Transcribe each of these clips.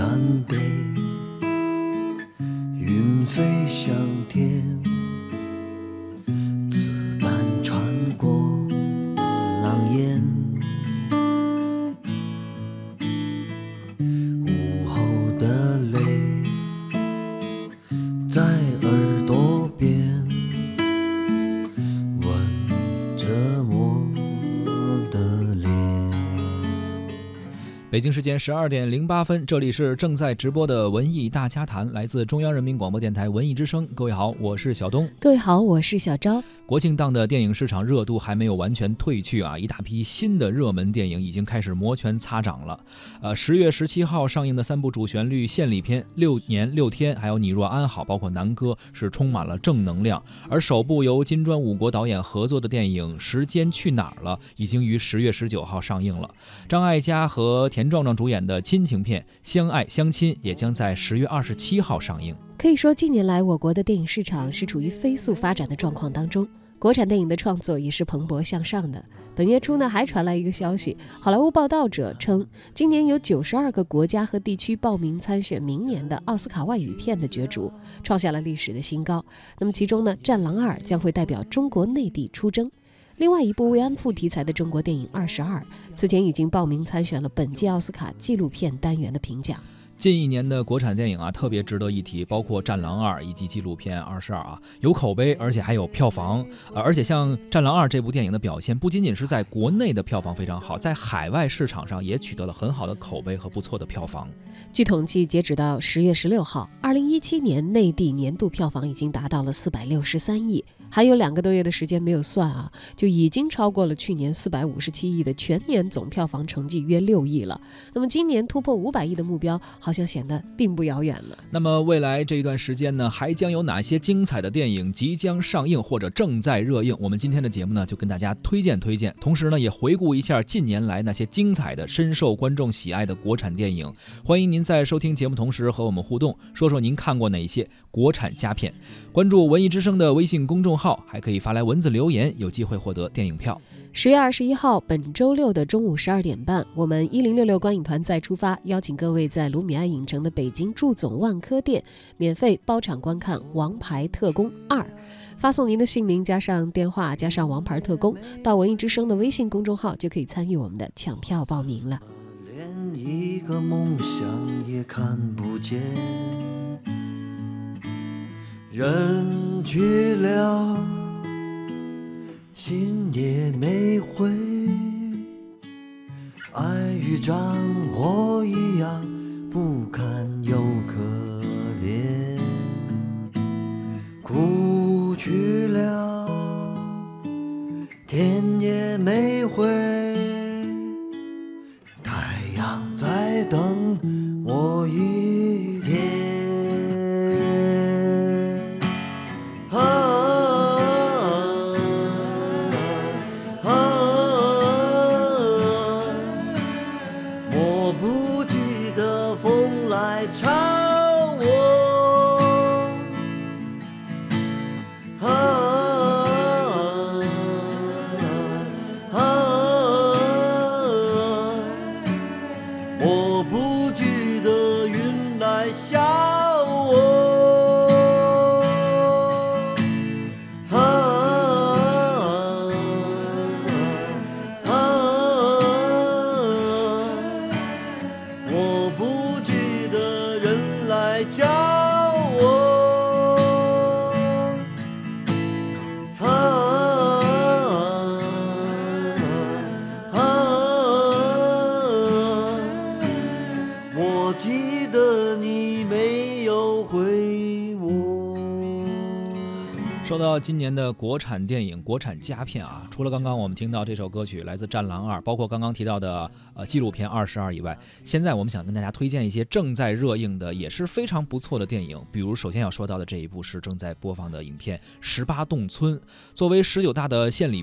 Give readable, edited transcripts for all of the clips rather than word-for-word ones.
干杯，云飞向天，子弹穿过狼烟，午后的泪在耳朵边吻着我的脸。 北京时间12点08分，这里是正在直播的文艺大家谈，来自中央人民广播电台文艺之声。各位好，我是小东。 各位好，我是小昭。 国庆档的电影市场热度还没有完全退去啊，一大批新的热门电影已经开始摩拳擦掌了。10月17号上映的3部主旋律献礼片《6年6天》还有《你若安好》，包括南歌，是充满了正能量。而首部由金砖5国导演合作的电影《时间去哪儿了》已经于10月19号上映了。张艾嘉和田壮壮主演的亲情片《相爱相亲》也将在10月27号上映。 可以说，近年来我国的电影市场是处于飞速发展的状况当中，国产电影的创作也是蓬勃向上的。本月初呢，还传来一个消息，好莱坞报道者称，今年有92个国家和地区报名参选明年的奥斯卡外语片的角逐，创下了历史的新高。那么其中呢，《战狼2》将会代表中国内地出征。另外一部慰安妇题材的中国电影《22》，此前已经报名参选了本届奥斯卡纪录片单元的评奖。 近一年的国产电影啊，特别值得一提，包括《战狼2》以及纪录片《22》啊，有口碑，而且还有票房。而且像《战狼2》这部电影的表现，不仅仅是在国内的票房非常好，在海外市场上也取得了很好的口碑和不错的票房。 据统计，截止到10月16号，2017年内地年度票房已经达到了463亿，还有2个多月的时间没有算啊，就已经超过了去年457亿的全年总票房成绩约6亿了。那么今年突破500亿的目标，好像显得并不遥远了。 那么未来这一段时间呢，还将有哪些精彩的电影即将上映或者正在热映？我们今天的节目呢，就跟大家推荐，同时呢，也回顾一下近年来那些精彩的、深受观众喜爱的国产电影。欢迎您在收听节目同时和我们互动，说说您看过哪些国产佳片。关注文艺之声的微信公众号，还可以发来文字留言，有机会获得电影票。 10月21号，本周六的中午12点半，我们1066观影团再出发，邀请各位在卢米埃影城的北京驻总万科店免费包场观看《王牌特工2》。发送您的姓名加上电话加上王牌特工到文艺之声的微信公众号，就可以参与我们的抢票报名了。 连一个梦想也看不见，人去了心也没回，爱与战火一样不堪又可怜，哭去了天也没回，太阳在等我一天。我不记得风来唱我，我不记得云来笑我，我不记得人来教我，我记得你没有回我。 说到今年的国产电影、国产佳片啊，除了刚刚我们听到这首歌曲来自《战狼2》，包括刚刚提到的纪录片《22》以外，现在我们想跟大家推荐一些正在热映的也是非常不错的电影。比如首先要说到的这一部是正在播放的影片《18洞村》，作为19大的献礼片，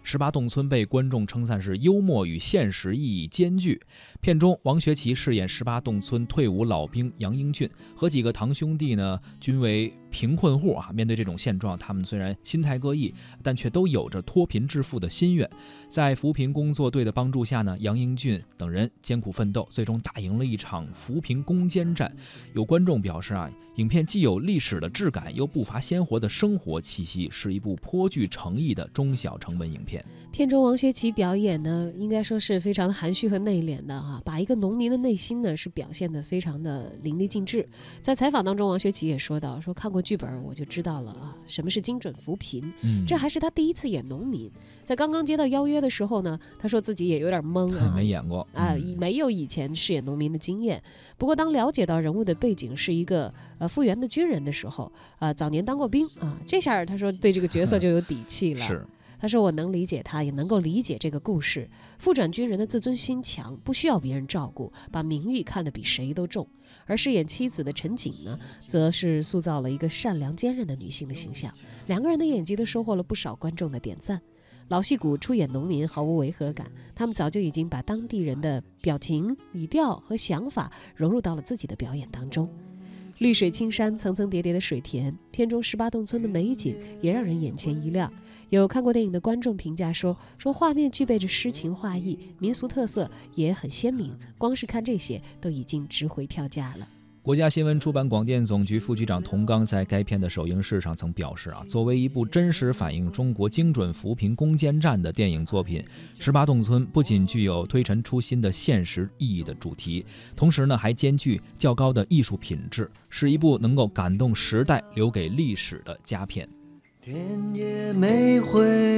十八洞村被观众称赞是幽默与现实意义兼具。片中王学圻饰演十八洞村退伍老兵杨英俊，和几个堂兄弟呢均为贫困户啊。面对这种现状，他们虽然心态各异，但却都有着脱贫致富的心愿。在扶贫工作队的帮助下呢，杨英俊等人艰苦奋斗，最终打赢了一场扶贫攻坚战。有观众表示啊，影片既有历史的质感，又不乏鲜活的生活气息，是一部颇具诚意的中小成本影片。 片中王学圻表演呢，应该说是非常的含蓄和内敛的哈，把一个农民的内心呢是表现得非常的淋漓尽致。在采访当中，王学圻也说到，说看过剧本我就知道了啊，什么是精准扶贫。这还是他第一次演农民，在刚刚接到邀约的时候呢，他说自己也有点懵啊， 没演过啊，没有以前饰演农民的经验。不过当了解到人物的背景是一个复员的军人的时候，早年当过兵啊，这下他说对这个角色就有底气了。 是。 他说我能理解他，也能够理解这个故事。复转军人的自尊心强，不需要别人照顾，把名誉看得比谁都重。而饰演妻子的陈瑾呢，则是塑造了一个善良坚韧的女性的形象。两个人的演技都收获了不少观众的点赞。老戏骨出演农民毫无违和感，他们早就已经把当地人的表情、语调和想法融入到了自己的表演当中。绿水青山，层层叠叠的水田，片中十八洞村的美景也让人眼前一亮。有看过电影的观众评价说画面具备着诗情画意，民俗特色也很鲜明，光是看这些都已经值回票价了。 国家新闻出版广电总局副局长童刚在该片的首映式上曾表示啊，作为一部真实反映中国精准扶贫攻坚战的电影作品，十八洞村不仅具有推陈出新的现实意义的主题，同时呢还兼具较高的艺术品质，是一部能够感动时代、留给历史的佳片。 天也没灰，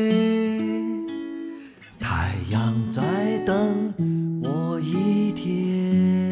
太阳在等我一天。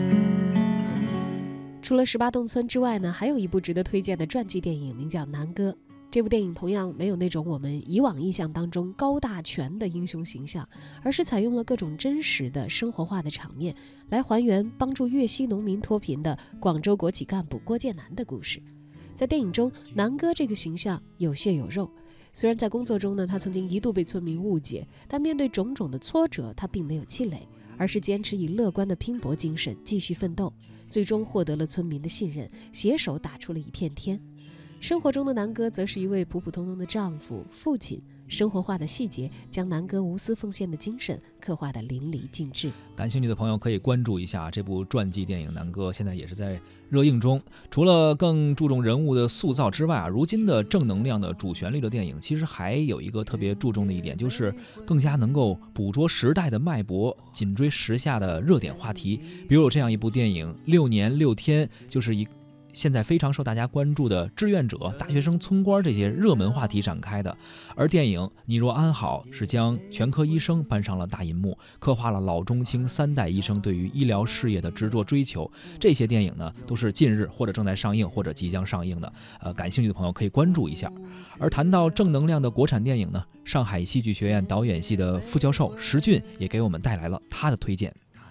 除了十八洞村之外呢，还有一部值得推荐的传记电影，名叫《南歌》。这部电影同样没有那种我们以往印象当中高大全的英雄形象，而是采用了各种真实的生活化的场面，来还原帮助粤西农民脱贫的广州国企干部郭建南的故事。在电影中，南哥这个形象有血有肉，虽然在工作中呢，他曾经一度被村民误解，但面对种种的挫折，他并没有气馁，而是坚持以乐观的拼搏精神继续奋斗，最终获得了村民的信任，携手打出了一片天。生活中的南哥则是一位普普通通的丈夫、父亲，生活化的细节将南哥无私奉献的精神刻画得淋漓尽致。 感兴趣的朋友可以关注一下这部传记电影《南歌》，现在也是在热映中。除了更注重人物的塑造之外啊，如今的正能量的主旋律的电影，其实还有一个特别注重的一点，就是更加能够捕捉时代的脉搏，紧追时下的热点话题。比如有这样一部电影《6年6天》，就是现在非常受大家关注的志愿者、大学生、村官这些热门话题展开的。而电影《你若安好》是将全科医生搬上了大银幕，刻画了老中青3代医生对于医疗事业的执着追求。这些电影呢，都是近日或者正在上映或者即将上映的，感兴趣的朋友可以关注一下。而谈到正能量的国产电影呢，上海戏剧学院导演系的副教授石俊也给我们带来了他的推荐。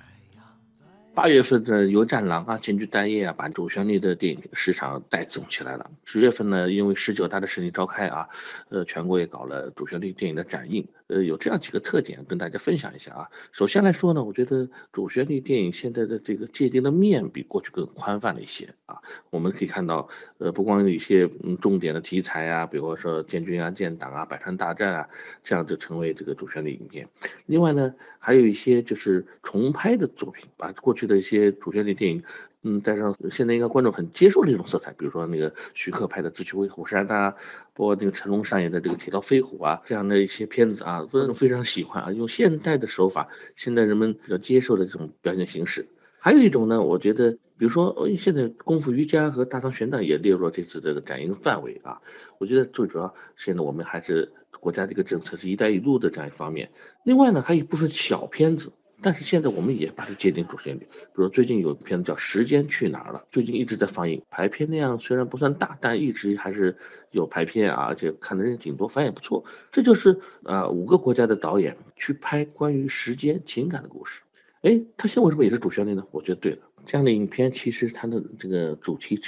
8月份的由战狼啊、千军单叶啊，把主旋律的电影市场带动起来了。10月份呢，因为19大的胜利召开啊，全国也搞了主旋律电影的展映。有这样几个特点跟大家分享一下啊。首先来说呢，我觉得主旋律电影现在的这个界定的面比过去更宽泛了一些啊。我们可以看到，不光有一些重点的题材啊，比如说建军啊、建党啊、百川大战啊，这样就成为这个主旋律影片。另外呢，还有一些就是重拍的作品，把过去的一些主旋律电影，带上现在应该观众很接受的一种色彩，比如说那个徐克拍的《智取威虎山》啊，包括那个成龙上演的这个《铁道飞虎》啊，这样的一些片子啊，观众非常喜欢啊，用现代的手法，现在人们比较接受的这种表现形式。还有一种呢，我觉得，比如说现在功夫瑜伽和大唐玄奘也列入了这次这个展映范围啊。我觉得最主要现在我们还是国家这个政策是一带一路的这样一方面。另外呢，还有一部分小片子。但是现在我们也把它界定主旋律，比如最近有一片叫《时间去哪儿了》，最近一直在放映，排片量虽然不算大，但一直还是有排片啊，而且看的人挺多，反应也不错。这就是5个国家的导演去拍关于时间情感的故事。它现在为什么也是主旋律呢？我觉得对了，这样的影片其实它的这个主题其实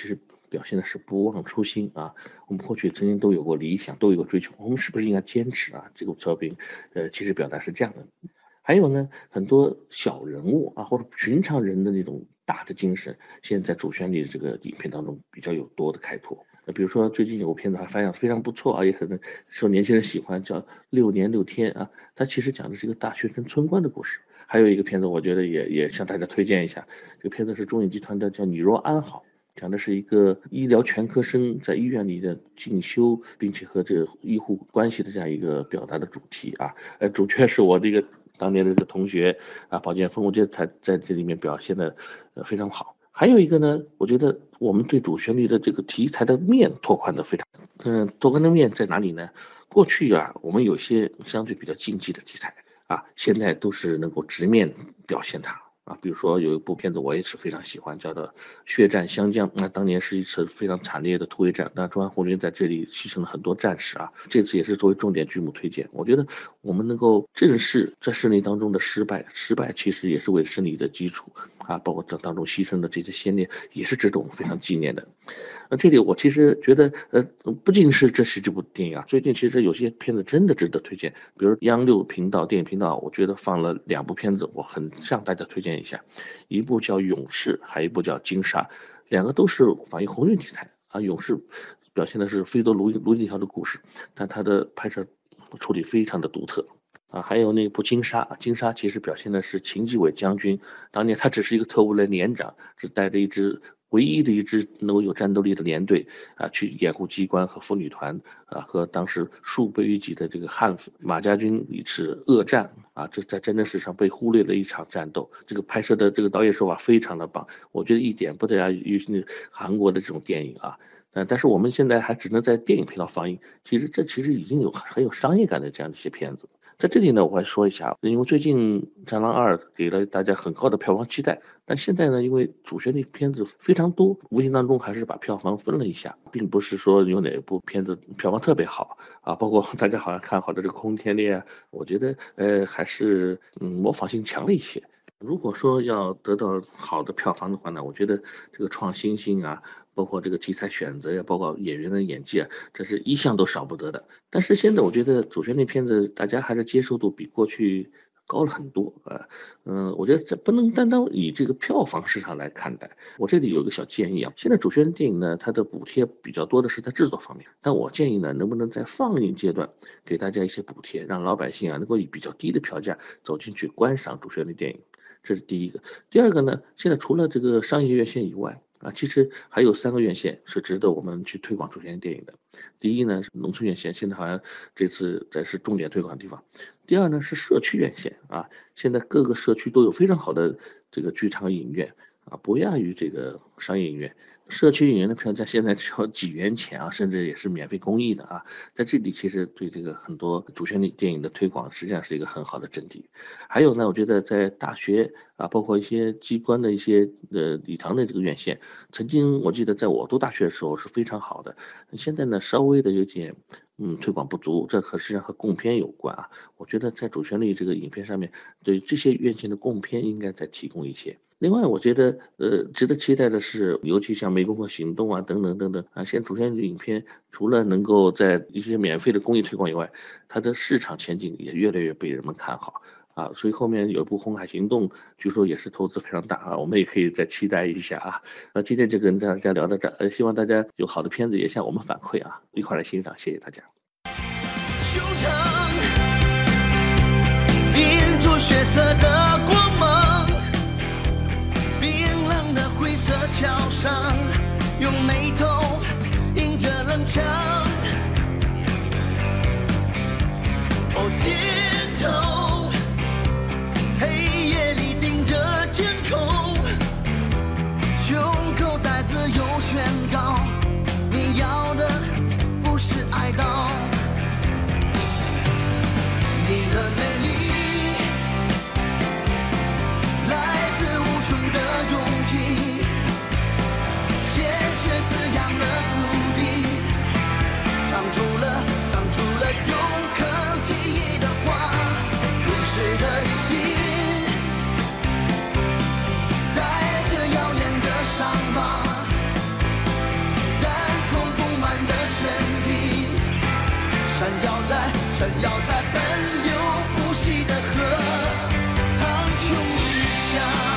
表现的是不忘初心啊。我们过去曾经都有过理想，都有过追求，我们是不是应该坚持啊？这个作品，其实表达是这样的。还有呢，很多小人物啊，或者寻常人的那种大的精神，现在在主旋律这个影片当中比较有多的开拓。比如说最近有个片子还反响非常不错啊，也可能受年轻人喜欢，叫《6年6天》啊，它其实讲的是一个大学生村官的故事。还有一个片子，我觉得也向大家推荐一下，这个片子是中影集团的，叫《你若安好》，讲的是一个医疗全科生在医院里的进修，并且和这个医护关系的这样一个表达的主题啊。主角是我这个当年的这个同学啊，保剑锋，我觉得他在这里面表现的非常好。还有一个呢，我觉得我们对主旋律的这个题材的面拓宽的非常，拓宽的面在哪里呢？过去啊，我们有些相对比较禁忌的题材啊，现在都是能够直面表现它。比如说有一部片子我也是非常喜欢，叫做《血战湘江》。那当年是一次非常惨烈的突围战，那中央红军在这里牺牲了很多战士啊。这次也是作为重点剧目推荐。我觉得我们能够正视在胜利当中的失败其实也是为胜利的基础啊，包括这当中牺牲的这些先烈，也是值得我们非常纪念的。这里我其实觉得，不仅是这是这部电影啊，最近其实有些片子真的值得推荐，比如央6频道电影频道，我觉得放了2部片子，我很向大家推荐一下，一部叫《勇士》，还有一部叫《金沙》，两个都是反映红军题材啊。《勇士》表现的是非洲卢金条的故事，但它的拍摄处理非常的独特啊。还有那部《金沙》，金沙其实表现的是秦基伟将军，当年他只是一个特务的连长，只带着唯一的一支能够有战斗力的连队啊，去掩护机关和妇女团啊，和当时数倍于己的这个汉马家军一次恶战啊，这在战争史上被忽略了一场战斗。这个拍摄的这个导演手法非常的棒，我觉得一点不亚于韩国的这种电影啊。但是我们现在还只能在电影频道放映，其实已经有很有商业感的这样一些片子。在这里呢，我还说一下，因为最近《战狼2》给了大家很高的票房期待，但现在呢，因为主旋律片子非常多，无形当中还是把票房分了一下，并不是说有哪部片子票房特别好啊，包括大家好像看好的这个《空天猎》啊，我觉得还是模仿性强了一些。如果说要得到好的票房的话呢，我觉得这个创新性啊，包括这个题材选择呀，包括演员的演技啊，这是一项都少不得的。但是现在我觉得主旋律片子大家还是接受度比过去高了很多啊。我觉得这不能单单以这个票房市场来看待。我这里有个小建议啊，现在主旋律电影呢，它的补贴比较多的是在制作方面，但我建议呢，能不能在放映阶段给大家一些补贴，让老百姓啊能够以比较低的票价走进去观赏主旋律电影。这是第一个。第二个呢，现在除了这个商业院线以外啊，其实还有3个院线是值得我们去推广主旋律电影的。第一呢是农村院线，现在好像这次是重点推广的地方。第二呢是社区院线啊，现在各个社区都有非常好的这个剧场影院啊，不亚于这个商业影院。社区影院的票价现在只要几元钱啊，甚至也是免费公益的啊。在这里其实对这个很多主旋律电影的推广实际上是一个很好的阵地。还有呢，我觉得在大学啊，包括一些机关的一些礼堂的这个院线，曾经我记得在我读大学的时候是非常好的，现在呢稍微的有点推广不足，这实际上和共片有关啊。我觉得在主旋律这个影片上面，对这些院线的共片应该再提供一些。另外，我觉得值得期待的是，尤其像《湄公河行动》啊，等等啊，现在主旋律影片除了能够在一些免费的公益推广以外，它的市场前景也越来越被人们看好啊。所以后面有一部《红海行动》，据说也是投资非常大啊，我们也可以再期待一下啊。今天就跟大家聊到这，希望大家有好的片子也向我们反馈啊，一块来欣赏，谢谢大家。 胸膛映出血色的光芒，灰色桥上，用眉头迎着冷枪。低头，黑夜里盯着天空，胸口再自由宣告，你要的不是哀悼，你的美丽来自无穷的勇气。鲜血滋养了土地，唱出了永恒记忆的话。 闪耀在奔流不息的河苍穹之上。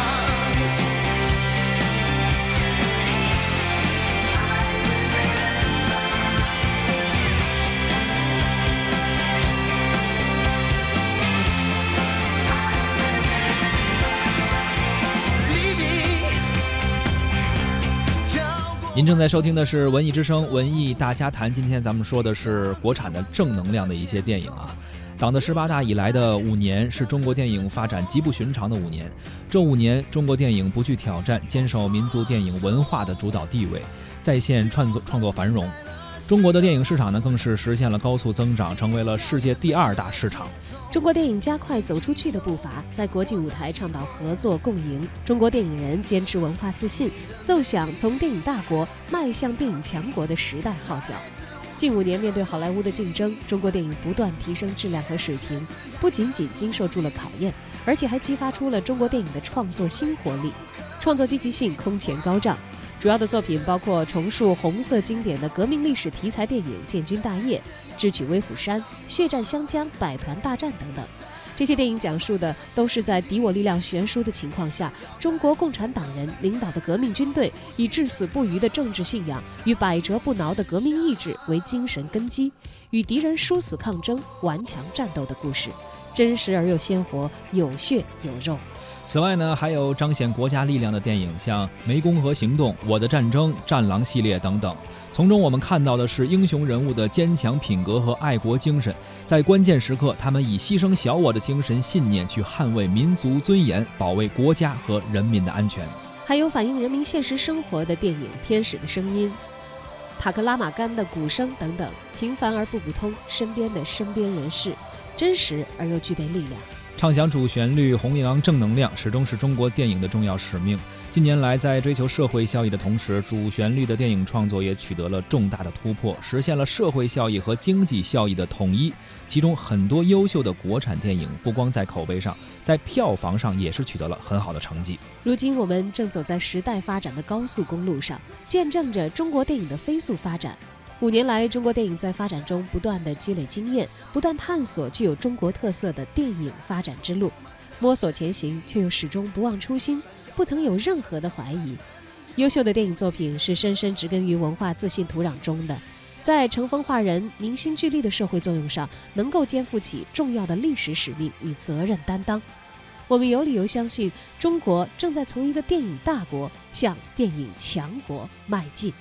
您正在收听的是文艺之声文艺大家谈，今天咱们说的是国产的正能量的一些电影啊。党的18大以来的5年是中国电影发展极不寻常的5年，这5年中国电影不惧挑战，坚守民族电影文化的主导地位，再现创作繁荣。中国的电影市场呢，更是实现了高速增长，成为了世界第2大市场。 中国电影加快走出去的步伐，在国际舞台倡导合作共赢。中国电影人坚持文化自信，奏响从电影大国迈向电影强国的时代号角。近5年面对好莱坞的竞争，中国电影不断提升质量和水平，不仅仅经受住了考验，而且还激发出了中国电影的创作新活力，创作积极性空前高涨。主要的作品包括重塑红色经典的革命历史题材电影《建军大业》、《智取威虎山》、《血战湘江》、《百团大战》等等。这些电影讲述的都是在敌我力量悬殊的情况下，中国共产党人领导的革命军队以至死不渝的政治信仰与百折不挠的革命意志为精神根基，与敌人殊死抗争、顽强战斗的故事，真实而又鲜活，有血有肉。 此外呢，还有彰显国家力量的电影，像《湄公河行动》、《我的战争》、《战狼》系列等等。从中我们看到的是英雄人物的坚强品格和爱国精神，在关键时刻，他们以牺牲小我的精神信念去捍卫民族尊严，保卫国家和人民的安全。 还有反映人民现实生活的电影《天使的声音》、塔克拉玛干的鼓声等等，平凡而不普通，身边的身边人士，真实而又具备力量。 唱响主旋律，弘扬正能量，始终是中国电影的重要使命。近年来，在追求社会效益的同时，主旋律的电影创作也取得了重大的突破，实现了社会效益和经济效益的统一。其中很多优秀的国产电影，不光在口碑上，在票房上也是取得了很好的成绩。 如今我们正走在时代发展的高速公路上，见证着中国电影的飞速发展。5年来，中国电影在发展中不断地积累经验，不断探索具有中国特色的电影发展之路，摸索前行，却又始终不忘初心，不曾有任何的怀疑。优秀的电影作品是深深植根于文化自信土壤中的，在乘风化人、凝心聚力的社会作用上，能够肩负起重要的历史使命与责任担当。我们有理由相信，中国正在从一个电影大国向电影强国迈进。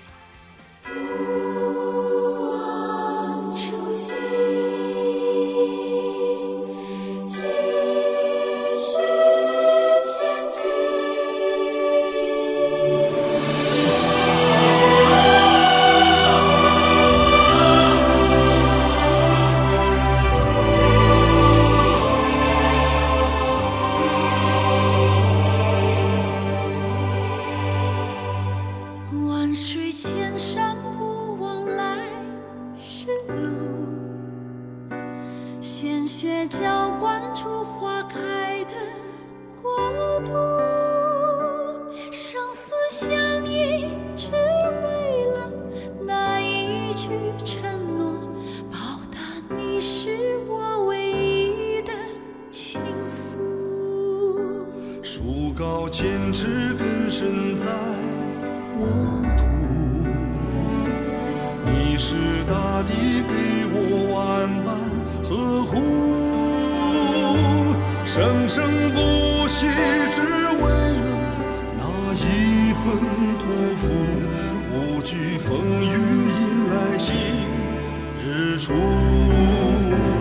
万水千山不枉来时路，鲜血浇灌出花开的国度，生死相依，只为了那一句承诺，报答你是我唯一的倾诉。 树高千尺，根深在我土，你是大地给我万般呵护，生生不息，只为了那一份托付，不惧风雨，迎来新日出。